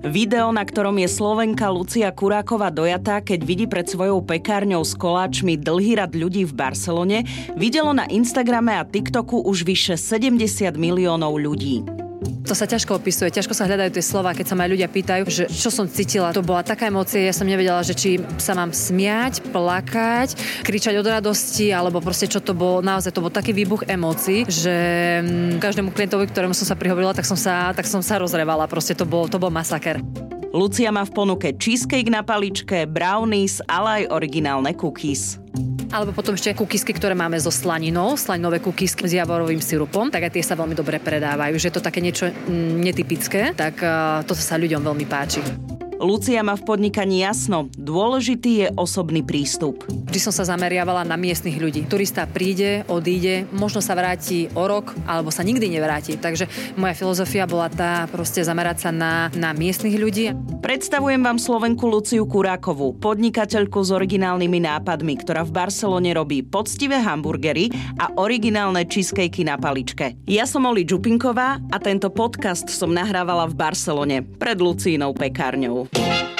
Video, na ktorom je Slovenka Lucia Kuráková dojatá, keď vidí pred svojou pekárňou s koláčmi dlhý rad ľudí v Barcelone, videlo na Instagrame a TikToku už vyše 70 miliónov ľudí. To sa ťažko opisuje, ťažko sa hľadajú tie slova, keď sa ma ľudia pýtajú, že čo som cítila. To bola taká emócia, ja som nevedela, že či sa mám smiať, plakať, kričať od radosti, alebo proste čo to bolo. Naozaj to bol taký výbuch emócií, že každému klientovi, ktorému som sa prihovorila, tak som sa rozrevala. Proste to bol masaker. Lucia má v ponuke cheesecake na paličke, brownies, ale aj originálne cookies. Alebo potom ešte kukisky, ktoré máme so slaninou, slaninové kukisky s javorovým sirupom, tak aj tie sa veľmi dobre predávajú. Že je to také niečo netypické, tak toto sa ľuďom veľmi páči. Lucia má v podnikaní jasno, dôležitý je osobný prístup. Vždy som sa zameriavala na miestnych ľudí. Turista príde, odíde, možno sa vráti o rok, alebo sa nikdy nevráti. Takže moja filozofia bola tá proste zamerať sa na miestnych ľudí. Predstavujem vám Slovenku Luciu Kurákovú, podnikateľku s originálnymi nápadmi, ktorá v Barcelone robí poctivé hamburgery a originálne cheesecakey na paličke. Ja som Oli Čupinková a tento podcast som nahrávala v Barcelone pred Lucínou pekárňou.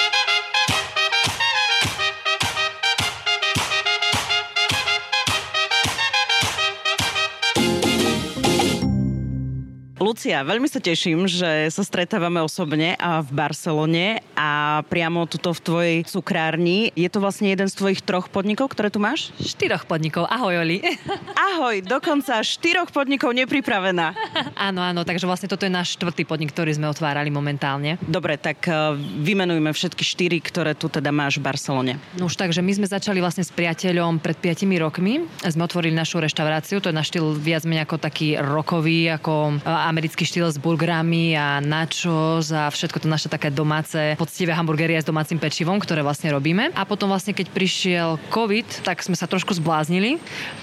Lucia, veľmi sa teším, že sa stretávame osobne a v Barcelone a priamo tuto v tvojej cukrárni. Je to vlastne jeden z tvojich 3 podnikov, ktoré tu máš? 4 podnikov. Ahoj, Oli. Ahoj, dokonca 4 podnikov nepripravená. Áno, takže vlastne toto je náš 4. podnik, ktorý sme otvárali momentálne. Dobre, tak vymenujme všetky 4, ktoré tu teda máš v Barcelone. No už takže my sme začali vlastne s priateľom pred 5 rokmi. Sme otvorili našu reštauráciu, to je náš štýl viac menej ako taký rokový, ako americký štýl s burgerami a nachos a všetko to naše také domáce poctivé hamburgery s domácim pečivom, ktoré vlastne robíme. A potom vlastne, keď prišiel COVID, tak sme sa trošku zbláznili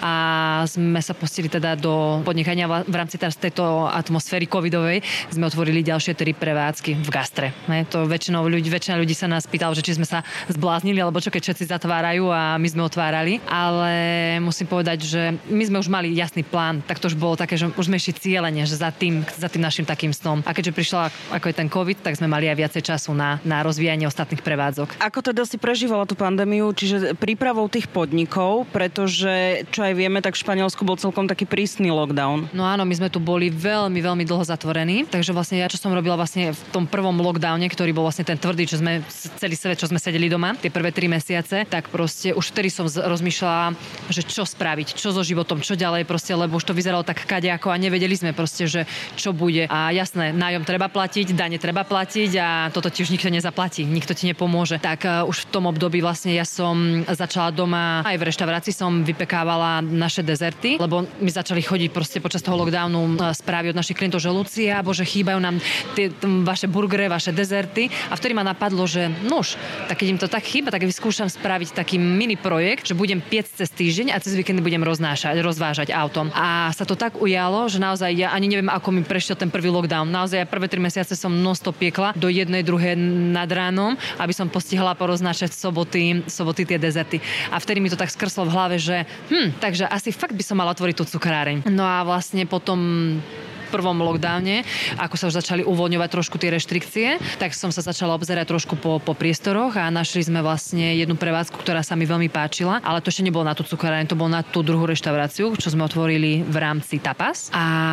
a sme sa pustili teda do podnikania v rámci tejto atmosféry covidovej. Sme otvorili ďalšie 3 prevádzky v gastre. To väčšina ľudí sa nás pýtalo, že či sme sa zbláznili, alebo čo, keď všetci zatvárajú a my sme otvárali. Ale musím povedať, že my sme už mali jasný plán, tak to už bolo také, že už sme išli cieľene, že za tým našim takým snom. A keďže prišla ako je ten COVID, tak sme mali aj viacej času na rozvíjanie ostatných prevádzok. Ako teda si prežívala tú pandémiu, čiže prípravou tých podnikov, pretože čo aj vieme, tak v Španielsku bol celkom taký prísny lockdown. No áno, my sme tu boli veľmi, veľmi dlho zatvorení, takže vlastne ja, čo som robila vlastne v tom prvom lockdowne, ktorý bol vlastne ten tvrdý, čo sme celý svet, čo sme sedeli doma, tie prvé 3 mesiace, tak proste už vtedy som rozmýšľala, že čo spraviť, čo so životom, čo ďalej proste, lebo už to vyzeralo tak kadejako a nevedeli sme proste, že čo bude. A jasné, nájom treba platiť, dane treba platiť a toto ti už nikto nezaplatí, nikto ti nepomôže. Tak už v tom období vlastne ja som začala doma, aj v reštaurácii som vypekávala naše dezerty, lebo mi začali chodiť proste počas toho lockdownu správy od našich klientov, že Lucia, bože, chýbajú nám tie vaše burgery, vaše dezerty. A vtedy ma napadlo, že nuž, tak keď im to tak chýba, tak vyskúšam spraviť taký mini projekt, že budem piecť cez týždeň a cez víkendy budem rozvážať autom. A sa to tak ujalo, že naozaj ja ani neviem, ako mi prešiel ten prvý lockdown. Naozaj ja prvé 3 mesiace som non-stop piekla do 1:00, 2:00 nad ránom, aby som postihla poroznášať soboty tie dezerty. A vtedy mi to tak skrslo v hlave, že takže asi fakt by som mala otvoriť tú cukráreň. No a vlastne potom prvom lockdowne, ako sa už začali uvoľňovať trošku tie reštrikcie, tak som sa začala obzerať trošku po priestoroch a našli sme vlastne jednu prevádzku, ktorá sa mi veľmi páčila, ale to ešte nebolo na tú cukráreň, to bolo na tú druhú reštauráciu, čo sme otvorili v rámci tapas.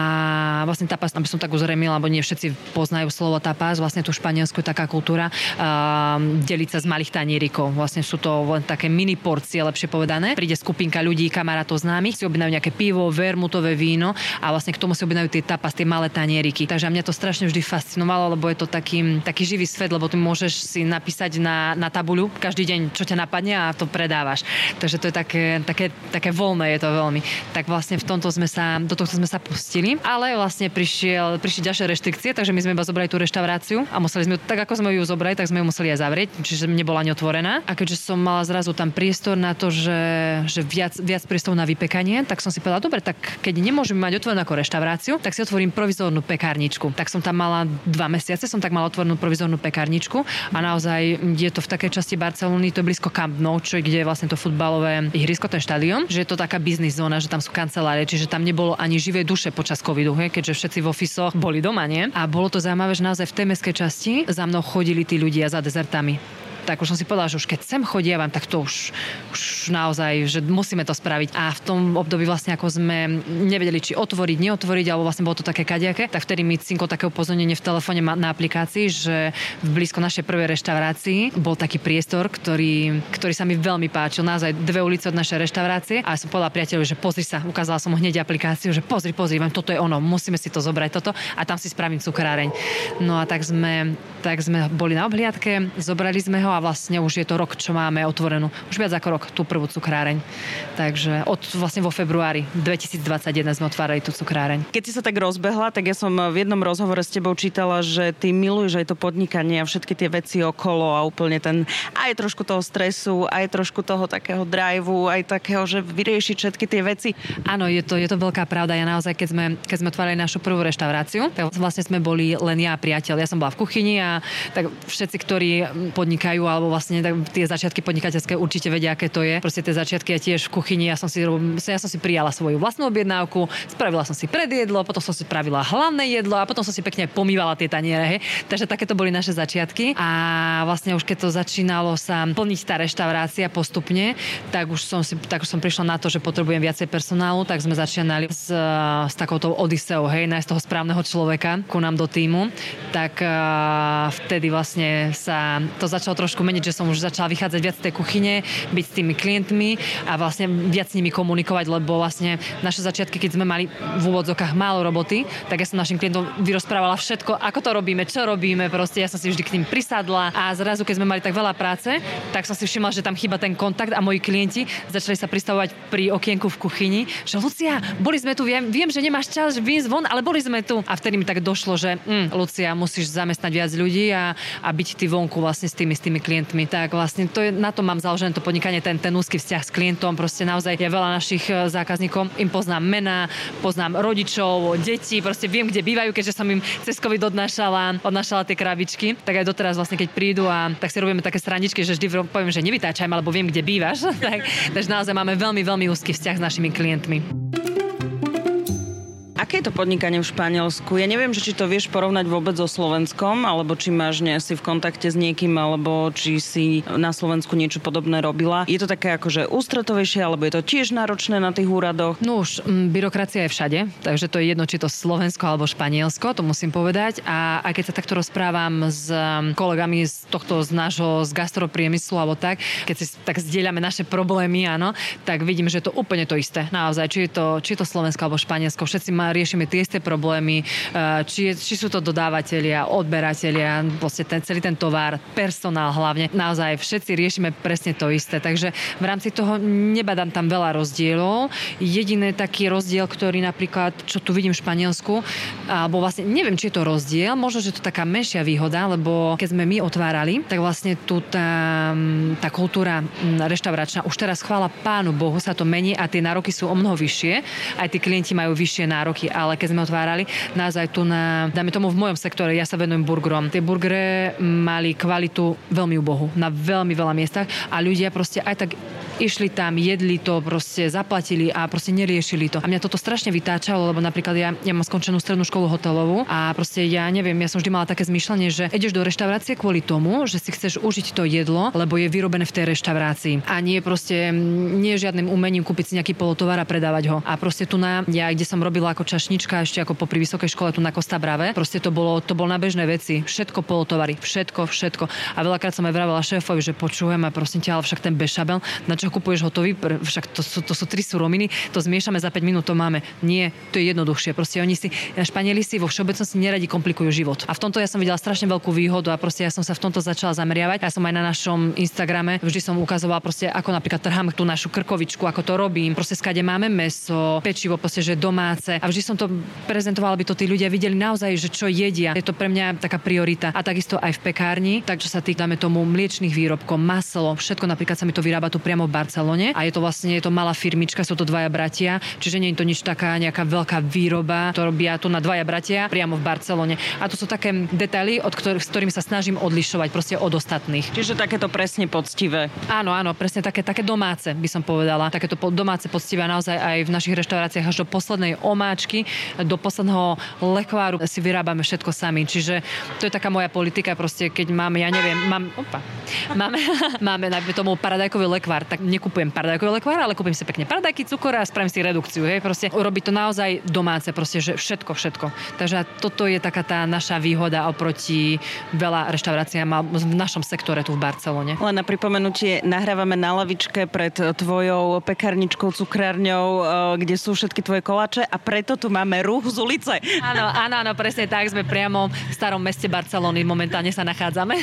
A vlastne tapas, aby som tak uzrejmila, lebo nie všetci poznajú slovo tapas, vlastne tu v Španielsku je taká kultúra deliť sa z malých tanierikov. Vlastne sú to len také mini porcie, lepšie povedané. Príde skupinka ľudí, kamarátov známych, si objednajú nejaké pivo, vermutové víno a vlastne k tomu si objednajú tie tapas, tie malé tanieriky. Takže mňa to strašne vždy fascinovalo, lebo je to taký živý svet, lebo ty môžeš si napísať na tabuľu každý deň, čo ťa napadne a to predávaš. Takže to je také voľné je to veľmi. Tak vlastne do tohto sme sa pustili, ale vlastne prišli ďalšie reštrikcie, takže my sme iba zobrali tú reštauráciu a museli sme, tak ako sme ju zobrali, tak sme ju museli aj zavrieť, čiže nebola ani otvorená. A keďže som mala zrazu tam priestor na to, že viac priestorov na vypekanie, tak som si povedala, dobre, tak keď nemôžeme mať otvorenú ako reštauráciu, tak si otvorím provizórnu pekárničku. Tak som tam mala 2 mesiace, som tak mala otvorenú provizórnu pekárničku a naozaj je to v takej časti Barcelony, to je blízko Camp Nou, kde je vlastne to futbalové ihrisko, ten štadión, že je to taká biznis zóna, že tam sú kancelárie, čiže tam nebolo ani živej duše počas covidu, keďže všetci v ofisoch boli doma, nie? A bolo to zaujímavé, že naozaj v tej mestskej časti za mnou chodili tí ľudia za dezertami. Tak už som si povedala, že už keď sem chodievam, tak to už naozaj, že musíme to spraviť. A v tom období vlastne ako sme nevedeli, či otvoriť, neotvoriť, alebo vlastne bolo to také kadejaké, tak vtedy mi cinko také upozornenie v telefóne na aplikácii, že v blízko našej prvej reštaurácii bol taký priestor, ktorý sa mi veľmi páčil. Naozaj 2 ulice od našej reštaurácie a som povedala priateľovi, že pozri sa, ukázala som mu hneď aplikáciu, že pozri, toto je ono, musíme si to zobrať toto a tam si spravím cukráreň. No a tak sme boli na obhliadke, zobrali sme ho a vlastne už je to rok, čo máme otvorenú. Už viac ako rok tú prvú cukráreň. Takže vlastne vo februári 2021 sme otvárali tú cukráreň. Keď si sa tak rozbehla, tak ja som v jednom rozhovore s tebou čítala, že ty miluješ aj to podnikanie a všetky tie veci okolo a úplne ten aj trošku toho stresu, aj trošku toho takého driveu, aj takého, že vyriešiť všetky tie veci. Áno, je to veľká pravda. Ja naozaj, keď sme otvárali našu prvú reštauráciu, tak vlastne sme boli len ja a priateľ. Ja som bola v kuchyni a tak všetci, ktorí podnikajú alebo vlastne tak tie začiatky podnikateľské určite vedia, aké to je. Proste tie začiatky ja tiež v kuchyni, ja som si prijala svoju vlastnú objednávku, spravila som si predjedlo, potom som si spravila hlavné jedlo a potom som si pekne pomývala tie taniere, hej. Takže takéto boli naše začiatky a vlastne už keď to začínalo sa plniť tá reštaurácia postupne, tak už som prišla na to, že potrebujem viacej personálu, tak sme začínali s takouto odiseou, hej, nájsť toho správneho človeka ku nám do tímu. Tak vtedy vlastne sa to začalo trošku meniť, že som už začala vychádzať viac z tej kuchyne, byť s tými klientmi a vlastne viac s nimi komunikovať, lebo vlastne naše začiatky, keď sme mali v úvodzokách málo roboty, tak ja som našim klientom vyrozprávala všetko, ako to robíme, čo robíme, proste ja som si vždy k ním prisadla a zrazu, keď sme mali tak veľa práce, tak som si všimla, že tam chýba ten kontakt a moji klienti začali sa pristavovať pri okienku v kuchyni, že Lucia, boli sme tu, viem, že nemáš čas výjsť von, ale boli sme tu. A vtedy mi tak došlo, že Lucia, musíš zamestnať viac ľudí a byť ty vonku vlastne s tými klientmi. Tak vlastne na to mám založené to podnikanie, ten úzky vzťah s klientom. Proste naozaj je veľa našich zákazníkov, im poznám mená, poznám rodičov, detí, proste viem, kde bývajú, keďže som im cez COVID odnášala tie krabičky. Tak aj doteraz vlastne, keď prídu a tak si robíme také srandičky, že vždy poviem, že nevytáčajme, alebo viem, kde bývaš. Takže naozaj máme veľmi, veľmi úzky vzťah s našimi klientmi. Aké je to podnikanie v Španielsku? Ja neviem, či to vieš porovnať vôbec so Slovenskom, alebo či si v kontakte s niekým, alebo či si na Slovensku niečo podobné robila. Je to také akože ústretovejšie, alebo je to tiež náročné na tých úradoch? No už byrokracia je všade, takže to je jedno, či to Slovensko alebo Španielsko, to musím povedať. A keď sa takto rozprávam s kolegami z gastropriemyslu alebo tak, keď si tak zdieľame naše problémy, áno, tak vidím, že je to úplne to isté. Naozaj, či je to Slovensko alebo Španielsko, všetci riešime tie isté problémy, či sú to dodávateľia, odberatelia, vlastne celý ten tovar, personál hlavne. Naozaj všetci riešime presne to isté. Takže v rámci toho nebadám tam veľa rozdielov. Jediný taký rozdiel, ktorý napríklad, čo tu vidím v Španielsku, alebo vlastne neviem, či je to rozdiel, možno, že to taká menšia výhoda, lebo keď sme my otvárali, tak vlastne tu tá kultúra reštauračná už teraz, chvála Pánu Bohu, sa to mení a tie nároky sú omnoho vyššie. Aj tí klienti majú vyššie nároky, ale keď sme otvárali, naozaj tu dáme tomu v mojom sektore, ja sa venujem burgerom. Tie burgery mali kvalitu veľmi ubohú, na veľmi veľa miestach a ľudia proste aj tak išli tam, jedli to, proste zaplatili a proste neriešili to. A mňa toto strašne vytáčalo, lebo napríklad ja mám skončenú strednú školu hotelovú a proste ja neviem, ja som vždy mala také zmýšľanie, že ideš do reštaurácie kvôli tomu, že si chceš užiť to jedlo, lebo je vyrobené v tej reštaurácii. A nie žiadnym umením kúpiť si nejaký polotovar a predávať ho. A proste tu kde som robila ako čašnička ešte ako popri vysokej škole tu na Costa Brave, proste to bolo na bežné veci, všetko polotovary, všetko. A veľakrát som aj vravela šéfovi, že počujem a prosím ťa, ale však ten bešabel, na čo kupuješ hotový, však to sú 3 suroviny, to zmiešame za 5 minút, to máme. Nie, to je jednoduchšie. Proste Španieli si vo všeobecnosti neradi komplikujú život. A v tomto ja som videla strašne veľkú výhodu a proste ja som sa v tomto začala zameriavať. Ja som aj na našom Instagrame vždy som ukazovala proste ako napríklad trhám tú našu krkovičku, ako to robím. Proste skade máme mäso, pečivo, proste že domáce. A vždy som to prezentovala, aby to tí ľudia videli naozaj, že čo jedia. Je to pre mňa taká priorita. A takisto aj v pekárni, takže sa týkame tomu mliečnych výrobkov, maslo, všetko napríklad sa mi to vyrába tu priamo v Barcelone a je to malá firmička, sú to dvaja bratia, čiže nie je to nič taká nejaká veľká výroba, to robia tu na dvaja bratia priamo v Barcelone. A to sú také detaily, s ktorými sa snažím odlišovať proste od ostatných. Čiže takéto presne poctivé. Áno, presne také domáce, by som povedala. Takéto domáce poctivé naozaj aj v našich reštauráciách až do poslednej omáčky, do posledného lekváru si vyrábame všetko sami. Čiže to je taká moja politika, proste keď máme, máme najmä tomu paradajkový lekvár, tak nekupujem paradajkový lekvár, ale kúpim si pekne paradajky, cukor a spravím si redukciu, hej, proste robiť to naozaj domáce, proste, že všetko. Takže toto je taká tá naša výhoda oproti veľa reštauráciám v našom sektore tu v Barcelone. Len na pripomenutie, nahrávame na lavičke pred tvojou pekárničkou, cukrárňou, kde sú všetky tvoje koláče a preto tu máme ruch z ulice. Áno, presne tak, sme priamo v starom meste Barcelony, momentálne sa nachádzame.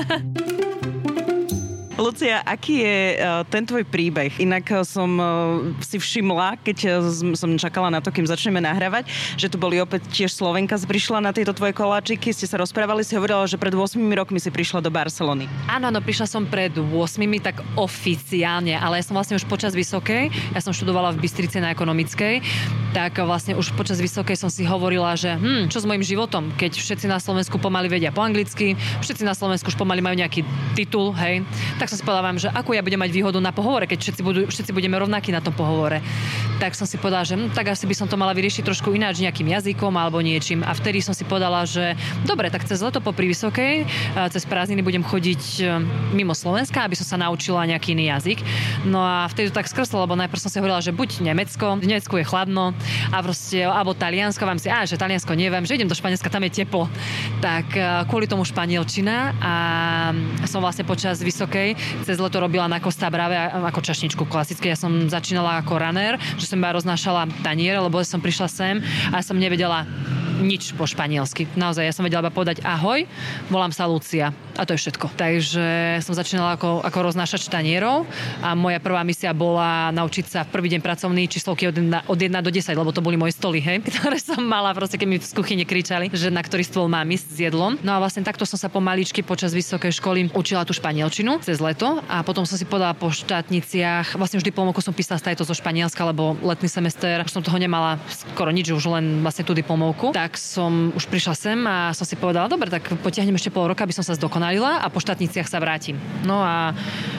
Lucia, aký je ten tvoj príbeh? Inak som si všimla, keď som čakala na to, kým začneme nahrávať, že tu boli opäť tiež Slovenka, prišla na tieto tvoje koláčiky, ste sa rozprávali, si hovorila, že pred 8 rokmi si prišla do Barcelony. Áno, prišla som pred 8, tak oficiálne, ale ja som vlastne už počas vysokej, ja som študovala v Bystrici na ekonomickej, tak vlastne už počas vysokej som si hovorila, že čo s mojím životom, keď všetci na Slovensku pomaly vedia po anglicky, všetci na Slovensku už pomaly majú nejaký titul, hej. Tak som si povedala, že ako ja budem mať výhodu na pohovore, keď všetci budeme rovnakí na tom pohovore. Tak som si povedala, že tak asi by som to mala vyriešiť trošku ináč, nejakým jazykom alebo niečím. A vtedy som si povedala, že dobre, tak cez leto popri vysokej, cez prázdniny budem chodiť mimo Slovenska, aby som sa naučila nejaký iný jazyk. No a vtedy to tak skrslo, lebo najprv som si hovorila, že buď Nemecko, v Nemecku je chladno a proste, alebo Taliansko, vám si, že Taliansko neviem, že idem do Španielska, tam je teplo. Tak kvôli tomu španielčina a som vlastne počas vysokej cez leto robila na Costa Brave ako čašničku klasické. Ja som začínala ako runner, že som iba roznášala taniere, lebo som prišla sem a som nevedela nič po španielsky. Naozaj, ja som vedela iba povedať ahoj, volám sa Lucia. A to je všetko. Takže som začínala ako roznášač tanierov a moja prvá misia bola naučiť sa v prvý deň pracovný číslovky od 1 do 10, lebo to boli moje stoly, hej, ktoré som mala, proste keď mi v kuchyni kričali, že na ktorý stôl mám ísť s jedlom. No a vlastne takto som sa pomaličky počas vysokej školy učila tú španielčinu cez leto a potom som si podala po štátniciach. Vlastne už diplomovku som písala stále to zo Španielska, lebo letný semester už som toho nemala skoro nič, už len vlastne tú diplomovku. Tak som už prišla sem a som si povedala, dobre, tak potiahnem ešte pol roka, aby som sa zdokonalila a po štátniciach sa vrátim. No a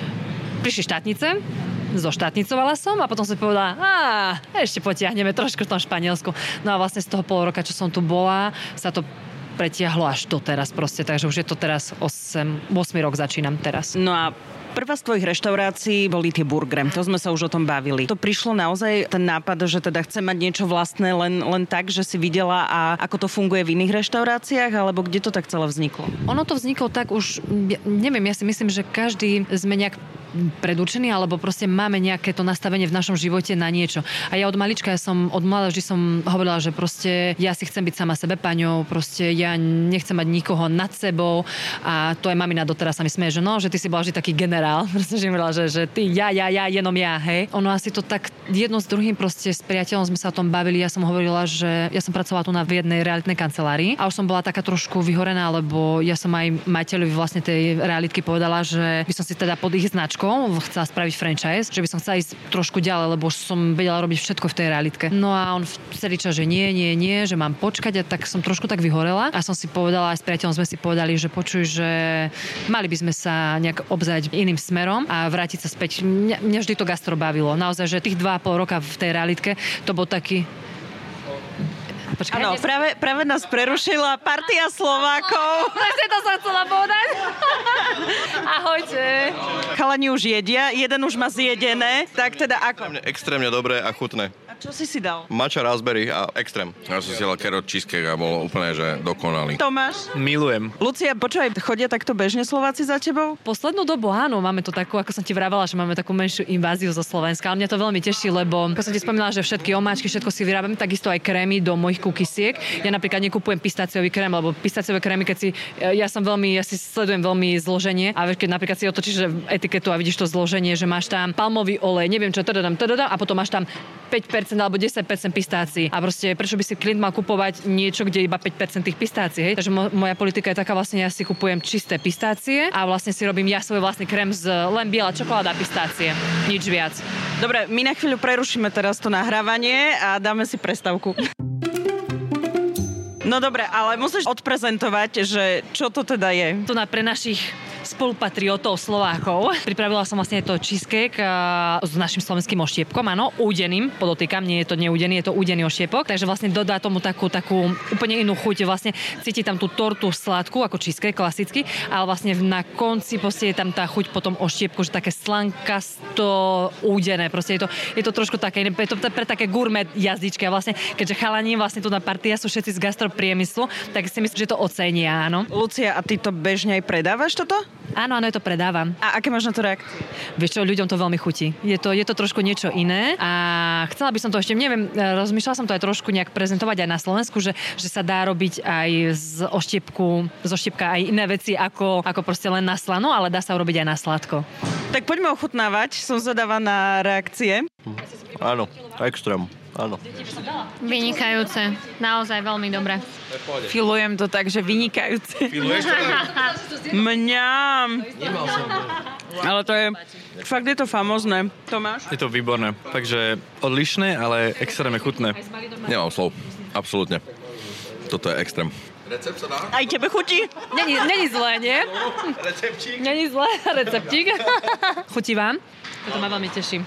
prišli štátnice, zoštátnicovala som a potom som povedala, ešte potiahneme trošku v tom Španielsku. No a vlastne z toho pol roka, čo som tu bola, sa to pretiahlo až doteraz proste, takže už je to teraz 8 rok začínam teraz. No a prvá z tvojich reštaurácií boli tie burgery. To sme sa už o tom bavili. To prišlo naozaj ten nápad, že teda chcem mať niečo vlastné len tak, že si videla a ako to funguje v iných reštauráciách, alebo kde to tak celé vzniklo? Ono to vzniklo tak už, neviem, ja si myslím, že každý sme nejak predurčený, alebo proste máme nejaké to nastavenie v našom živote na niečo. A ja od malička, od mladá vždy som hovorila, že proste ja si chcem byť sama sebe paňou, proste ja nechcem mať nikoho nad sebou a to aj mamina doteraz sa mi smeje, že ty si bola vždy taký generál, pretože hovorila, že ty, ja, jenom ja, hej. Ono asi to tak jedno s druhým proste s priateľom sme sa o tom bavili, ja som hovorila, že ja som pracovala tu v jednej realitnej kancelárii a už som bola taká trošku vyhorená, lebo ja som aj majiteľovi vlastne tej realitky povedala, že by som si teda pod ich značkou chcela spraviť franchise, že by som chcela ísť trošku ďalej, lebo už som vedela robiť všetko v tej realitke. No a on celý čas, že nie, že mám počkať a tak som trošku tak vyhorela a som si povedala, aj s priateľom sme si povedali, že počuj, že mali by sme sa nejak obzerať iným smerom a vrátiť sa späť. Mňa vždy to gastro bavilo. Naozaj, že tých 2,5 roka v tej realitke to bol taký. Áno, práve nás prerušila partia Slovákov. Presne to som chcela povedať. Ahojte. Chalani už jedia, jeden už má zjedené, tak teda ako? Extrémne dobré a chutné. A čo si dal? Matcha, raspberry a extrém. Ja som si dal carrot cheesecake a bol úplne, že dokonalý. Tomáš? Milujem. Lucia, počúvaj, chodia takto bežne Slováci za tebou? Poslednú dobu áno, máme to takú, ako som ti vravala, že máme takú menšiu inváziu zo Slovenska. Ale mňa to veľmi teší, lebo ako som ti spomínala, že všetky omáčky, všetko si vyrábame, takisto aj krémy do mojich kukisiek. Ja napríklad nekupujem pistáciový krém, lebo pistáciové krémy, keď ja si sledujem veľmi zloženie a keď napríklad si otočíš etiketu a vidíš to zloženie, že máš tam palmový olej, neviem čo, a potom máš tam 5% alebo 10% pistácií. A proste prečo by si klient mal kupovať niečo, kde iba 5% tých pistácií, hej? Takže moja politika je taká, vlastne ja si kupujem čisté pistácie a vlastne si robím ja svoj vlastný krém z len biela čokoláda a pistácie. Nič viac. Dobre, my na chvíľu prerušíme teraz to nahrávanie a dáme si prestávku. No dobre, ale musíš odprezentovať, že čo to teda je. To pre našich spolupatriotov Slovákov. Pripravila som vlastne to cheesecake s našim slovenským oštiepkom, áno, údeným, podotýkam, nie je to neúdený, je to údený oštiepok, takže vlastne dodá tomu takú úplne inú chuť, vlastne cíti tam tú tortu sladkú, ako cheesecake klasicky, ale vlastne na konci je tam tá chuť po tom oštiepku, že také slankasto údené, proste je to trošku také, je to pre také gourmet jazyčky a vlastne, keďže chalani vlastne tu na partia sú všetci z gastropriemyslu, tak si myslím, že to ocenia, áno. Lucia, a ty to bežne aj predávaš toto? Áno, ja to predávam. A aké máš na to reakcie? Vieš čo, ľuďom to veľmi chutí. Je to trošku niečo iné a chcela by som to ešte, neviem, rozmýšľala som to aj trošku nejak prezentovať aj na Slovensku, že sa dá robiť aj zo oštiepka aj iné veci ako proste len na slano, ale dá sa urobiť aj na sladko. Tak poďme ochutnávať, som zvedavá na reakcie. Áno, extrém. Áno. Vynikajúce. Naozaj veľmi dobre. Filujem to tak, že vynikajúce. Filuješ to? Mňam. Ale to je, fakt je to famózne. Tomáš? Je to výborné. Takže odlišné, ale extrémne chutné. Nemám slov. Absolútne. Toto je extrém. Recept sa dá? Aj tebe chutí? Není zlé, nie? Receptík? Není zlé, receptík. Chutí vám? To ma veľmi teší.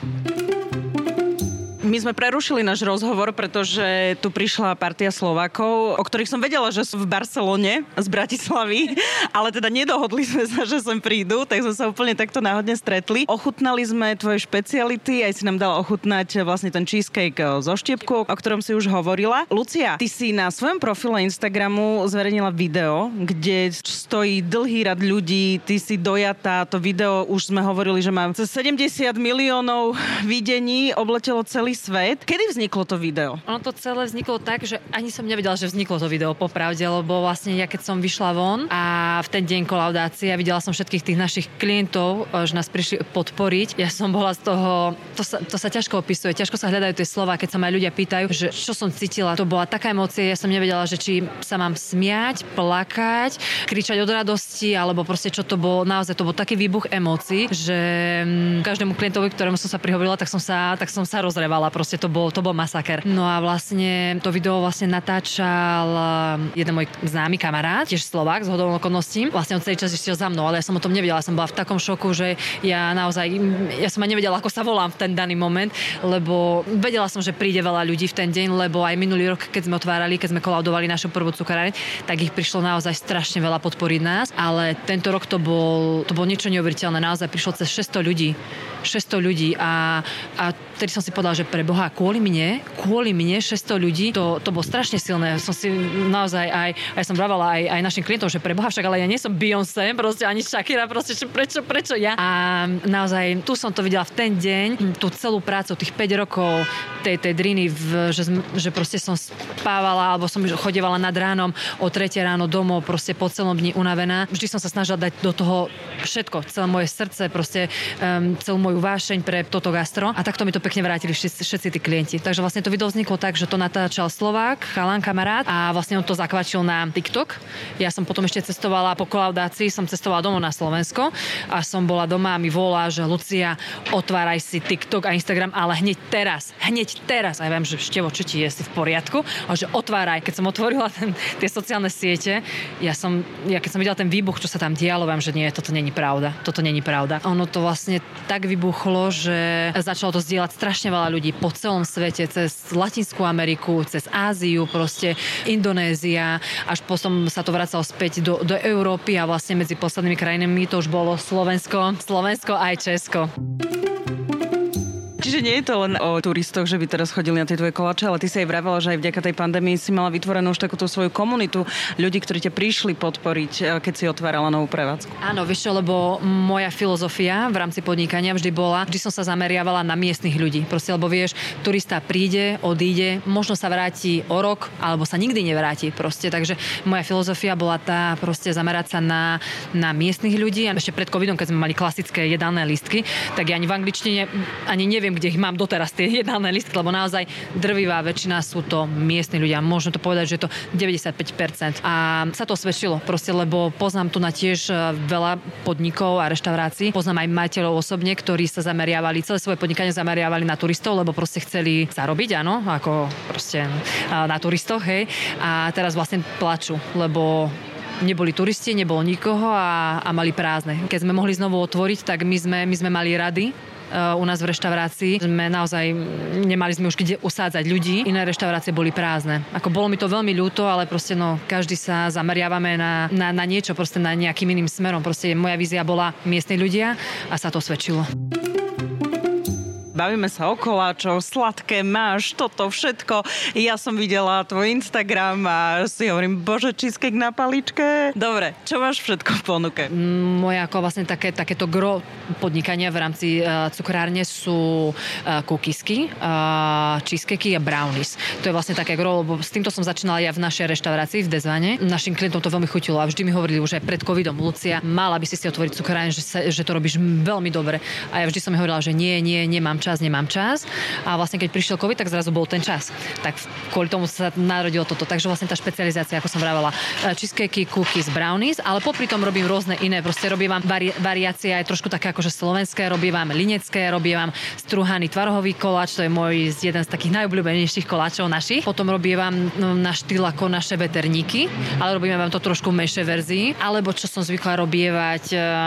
My sme prerušili náš rozhovor, pretože tu prišla partia Slovákov, o ktorých som vedela, že sú v Barcelone z Bratislavy, ale teda nedohodli sme sa, že sem prídu, tak sme sa úplne takto náhodne stretli. Ochutnali sme tvoje špeciality, aj si nám dala ochutnať vlastne ten cheesecake zo štiepku, o ktorom si už hovorila. Lucia, ty si na svojom profile Instagramu zverejnila video, kde stojí dlhý rad ľudí, ty si dojatá, to video už sme hovorili, že má cez 70 miliónov videní, obletelo celý svet. Kedy vzniklo to video? Ono to celé vzniklo tak, že ani som nevedela, že vzniklo to video popravde, lebo vlastne ja keď som vyšla von a v ten deň kolaudácie videla som všetkých tých našich klientov, že nás prišli podporiť. Ja som bola z toho, to sa ťažko opisuje, ťažko sa hľadajú tie slova, keď sa ma ľudia pýtajú, že čo som cítila. To bola taká emócia, ja som nevedela, že či sa mám smiať, plakať, kričať od radosti, alebo proste čo to bolo. Naozaj to bol taký výbuch emócií, že každému klientovi, ktorému som sa prihovorila, tak som sa rozrevala. Proste to bol masaker. No a vlastne to video vlastne natáčal jeden môj známy kamarát, tiež Slovák, z hodou okolností. Vlastne on celý čas išiel za mnou, ale ja som o tom nevedela. Ja som bola v takom šoku, že ja som ani nevedela, ako sa volám v ten daný moment, lebo vedela som, že príde veľa ľudí v ten deň, lebo aj minulý rok, keď sme kolaudovali našu prvú cukrareň, tak ich prišlo naozaj strašne veľa podporiť nás, ale tento rok to bol niečo neuveriteľné. Naozaj prišlo cez 600 ľudí a vtedy som si povedala, že pre Boha, kvôli mne 600 ľudí, to bolo strašne silné. Som si naozaj aj som vravala aj našim klientom, že pre Boha, však ale ja nie som Beyoncé, proste ani Shakira, proste prečo ja? A naozaj tu som to videla v ten deň, tú celú prácu, tých 5 rokov tej driny, že proste som spávala, alebo som chodievala nad ránom o 3 ráno domov, proste po celom dni unavená. Vždy som sa snažila dať do toho všetko, celé moje srdce, proste celú moju vášeň pre toto gastro. A takto mi to pekne vrátili všetci tí klienti. Takže vlastne to video vzniklo tak, že to natáčal Slovák, chalan, kamarát a vlastne on to zakvačil na TikTok. Ja som potom ešte cestovala po kolaudácii, som cestovala domov na Slovensko a som bola doma a mi volá, že Lucia, otváraj si TikTok a Instagram, ale hneď teraz. A ja viem, že Števo, čo ti je, si v poriadku? A že otváraj. Keď som otvorila tie sociálne siete, ja keď som videla ten výbuch, čo sa tam dialo, viem, že nie, toto není pravda. Ono to vlastne tak vybuchlo, že začalo to zdieľať strašne veľa ľudí po celom svete, cez Latinskú Ameriku, cez Áziu, proste Indonézia, až potom sa to vracalo späť do Európy a vlastne medzi poslednými krajinami to už bolo Slovensko aj Česko. Čiže Čiže nie je to len o turistoch, že by teraz chodili na tie tvoje koláče, ale ty si aj vravela, že aj vďaka tej pandémii si mala vytvorenú už takúto svoju komunitu ľudí, ktorí ťa prišli podporiť, keď si otvárala novú prevádzku. Áno, vieš čo, lebo moja filozofia v rámci podnikania vždy som sa zameriavala na miestnych ľudí. Proste, lebo vieš, turista príde, odíde, možno sa vráti o rok, alebo sa nikdy nevráti. Proste, takže moja filozofia bola tá proste zamerať sa na miestnych ľudí. A ešte pred covidom, keď sme mali klasické jedálne lístky, tak ja ani v angličtine ani neviem, kde ich mám doteraz tie jedálne lístky, lebo naozaj drvivá väčšina sú to miestni ľudia. Možno to povedať, že je to 95%. A sa to osvedčilo, proste, lebo poznám tu na tiež veľa podnikov a reštaurácií. Poznám aj majiteľov osobne, ktorí sa zameriavali, celé svoje podnikanie zameriavali na turistov, lebo proste chceli zarobiť, áno, ako proste na turistoch, hej. A teraz vlastne plačú, lebo neboli turisti, nebolo nikoho a mali prázdne. Keď sme mohli znovu otvoriť, tak my sme mali rady u nás v reštaurácii. Nemali sme už kde usádzať ľudí. Iné reštaurácie boli prázdne. Ako bolo mi to veľmi ľúto, ale proste každý sa zameriavame na niečo, proste na nejakým iným smerom. Proste moja vízia bola miestni ľudia a sa to svedčilo. Bavíme sa o koláčov, sladké máš, toto všetko. Ja som videla tvoj Instagram a si hovorím, bože, cheesecake na paličke. Dobre, čo máš všetko v ponuke? Moje ako vlastne takéto gro podnikania v rámci cukrárne sú cookiesky, cheesecakey a brownies. To je vlastne také gro, lebo s týmto som začínala ja v našej reštaurácii v Dezvane. Našim klientom to veľmi chutilo a vždy mi hovorili už aj pred covidom, Lucia, mala by si otvoriť cukrárne, že to robíš veľmi dobre. A ja vždy som mi hovorila, že nie, nemám čas. A vlastne keď prišiel COVID, tak zrazu bol ten čas. Tak kvôli tomu sa narodilo toto. Takže vlastne tá špecializácia, ako som vravela, cheesecakey, cookies, brownies, ale popri tom robím rôzne iné. Proste robím vám variácie aj trošku také akože slovenské, robím vám linecké, robím vám struhaný tvarohový koláč, to je môj jeden z takých najobľúbenejších koláčov našich. Potom robím vám na štýl ako naše veterníky, ale robíme vám to trošku v menšej verzii. Alebo čo som zvykla robievať,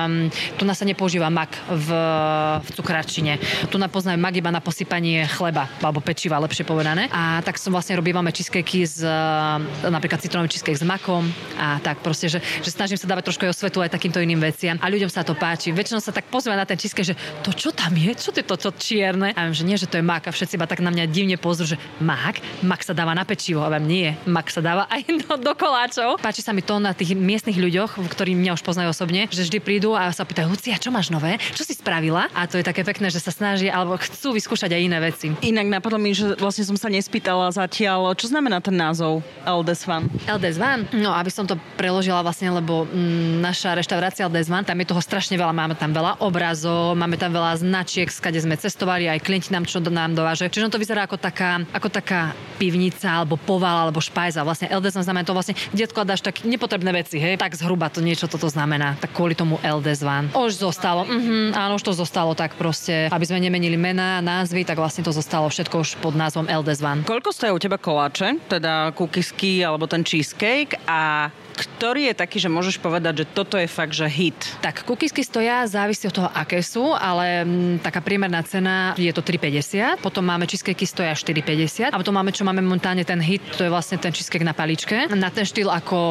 tu nás sa nepoužíva mak v cukrárčine. Tu poznajú mak iba na posypanie chleba, alebo pečiva, lepšie povedané. A tak som vlastne robívame cheesecakey napríklad citrónový cheesecake s makom a tak proste, že snažím sa dávať trošku aj osvetu aj takýmto iným veciam. A ľuďom sa to páči. Väčšinou sa tak pozrie na ten cheesecake, že to čo tam je? Čo to je to čierne? A viem, že nie, že to je mak. A všetci iba tak na mňa divne pozrú, že mak sa dáva na pečivo. A viem, nie, mak sa dáva aj do koláčov. Páči sa mi to na tých miestnych ľuďoch, ktorí mňa už poznajú osobne, že vždy prídu a sa pýtajú, Lucia, čo máš nové? Čo si spravila? A to je také pekné, že sa snaží alebo chcú vyskúšať aj iné veci. Inak napadlo mi, že vlastne som sa nespýtala zatiaľ, čo znamená ten názov Eldesvan? Eldesvan? No, aby som to preložila vlastne, lebo naša reštaurácia Eldesvan, tam je toho strašne veľa, máme tam veľa obrazov, máme tam veľa značiek, skade sme cestovali, aj klienti nám čo nám dovážajú. Čiže to vyzerá ako taká pivnica, alebo poval, alebo špajza. Vlastne Eldesvan znamená to vlastne, kde odkladáš tak nepotrebné veci, hej? Tak zhruba to niečo toto znamená. Tak kvôli tomu Eldesvan. Už zostalo. Áno, už to zostalo tak proste, aby sme nemenili mená, názvy, tak vlastne to zostalo všetko už pod názvom Eldesvan. Koľko stojí u teba koláče? Teda cookiesky alebo ten cheesecake a ktorý je taký, že môžeš povedať, že toto je fakt, že hit? Tak cookiesky stoja, závisí od toho, aké sú, ale taká priemerná cena je to 3,50. Potom máme cheesecakey stoja 4,50. A potom máme, čo máme momentálne ten hit, to je vlastne ten cheesecake na paličke. Na ten štýl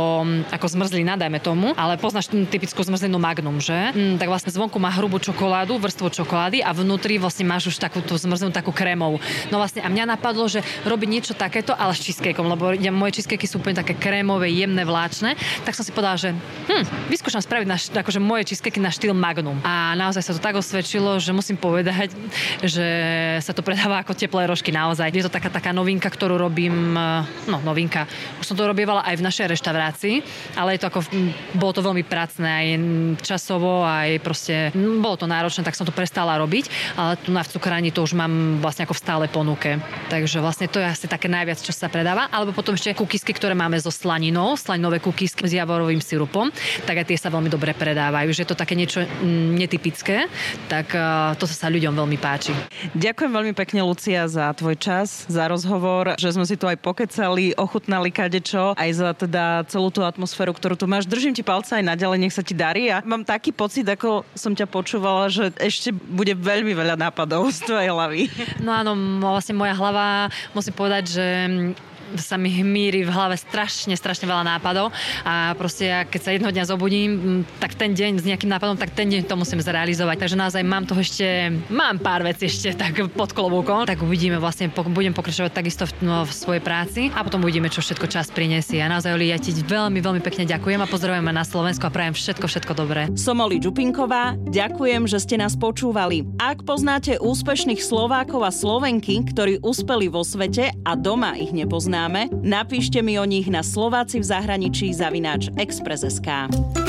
ako zmrzlina, dajme tomu, ale poznáš typickú zmrzlinu Magnum, že? Tak vlastne zvonku má hrubú čokoládu, vrstvu čokolády a vnútri vlastne máš už takúto zmrzlinu, takú krémovú. No vlastne a mňa napadlo, že robiť niečo takéto, ale s cheesecakeom, lebo moje cheesecakey sú úplne také krémové, jemné, vláčne. Tak som si povedala, že vyskúšam spraviť akože moje cheesecakey na štýl Magnum. A naozaj sa to tak osvedčilo, že musím povedať, že sa to predáva ako teplé rožky naozaj. Je to taká novinka, ktorú robím, novinka. Už som to robievala aj v našej reštaurácii, ale je to bolo to veľmi pracné aj časovo, aj proste bolo to náročné, tak som to prestala robiť, ale tu na v cukrárni to už mám vlastne ako v stále ponuke. Takže vlastne to je asi také najviac, čo sa predáva. Alebo potom ešte cookiesky, ktoré máme so slaninové cookiesky s javorovým sirupom, tak aj tie sa veľmi dobre predávajú. Že je to také niečo netypické, tak to sa ľuďom veľmi páči. Ďakujem veľmi pekne, Lucia, za tvoj čas, za rozhovor, že sme si tu aj pokecali, ochutnali kadečo, aj za teda celú tú atmosféru, ktorú tu máš. Držím ti palce aj naďalej, nech sa ti darí a mám taký pocit, ako som ťa počúvala, že ešte bude veľmi veľa nápadov z tvojej hlavy. No áno, vlastne moja hlava, musím povedať, že sa mi hmíri v hlave strašne veľa nápadov a proste ja, keď sa jedného dňa zobudím, tak ten deň s nejakým nápadom, tak ten deň to musím zrealizovať. Takže naozaj mám pár vecí ešte tak pod klobúkom. Tak uvidíme vlastne, budem pokračovať takisto v svojej práci a potom uvidíme, čo všetko čas prinesie. A naozaj, Oli, ja ti veľmi pekne ďakujem a pozdravujeme na Slovensku a prajem všetko dobré. Som Oli Čupinková, ďakujem, že ste nás počúvali. Ak poznáte úspešných Slovákov a Slovenky, ktorí uspeli vo svete a doma ich nepoznáme, napíšte mi o nich na Slováci v zahraničí @express.sk.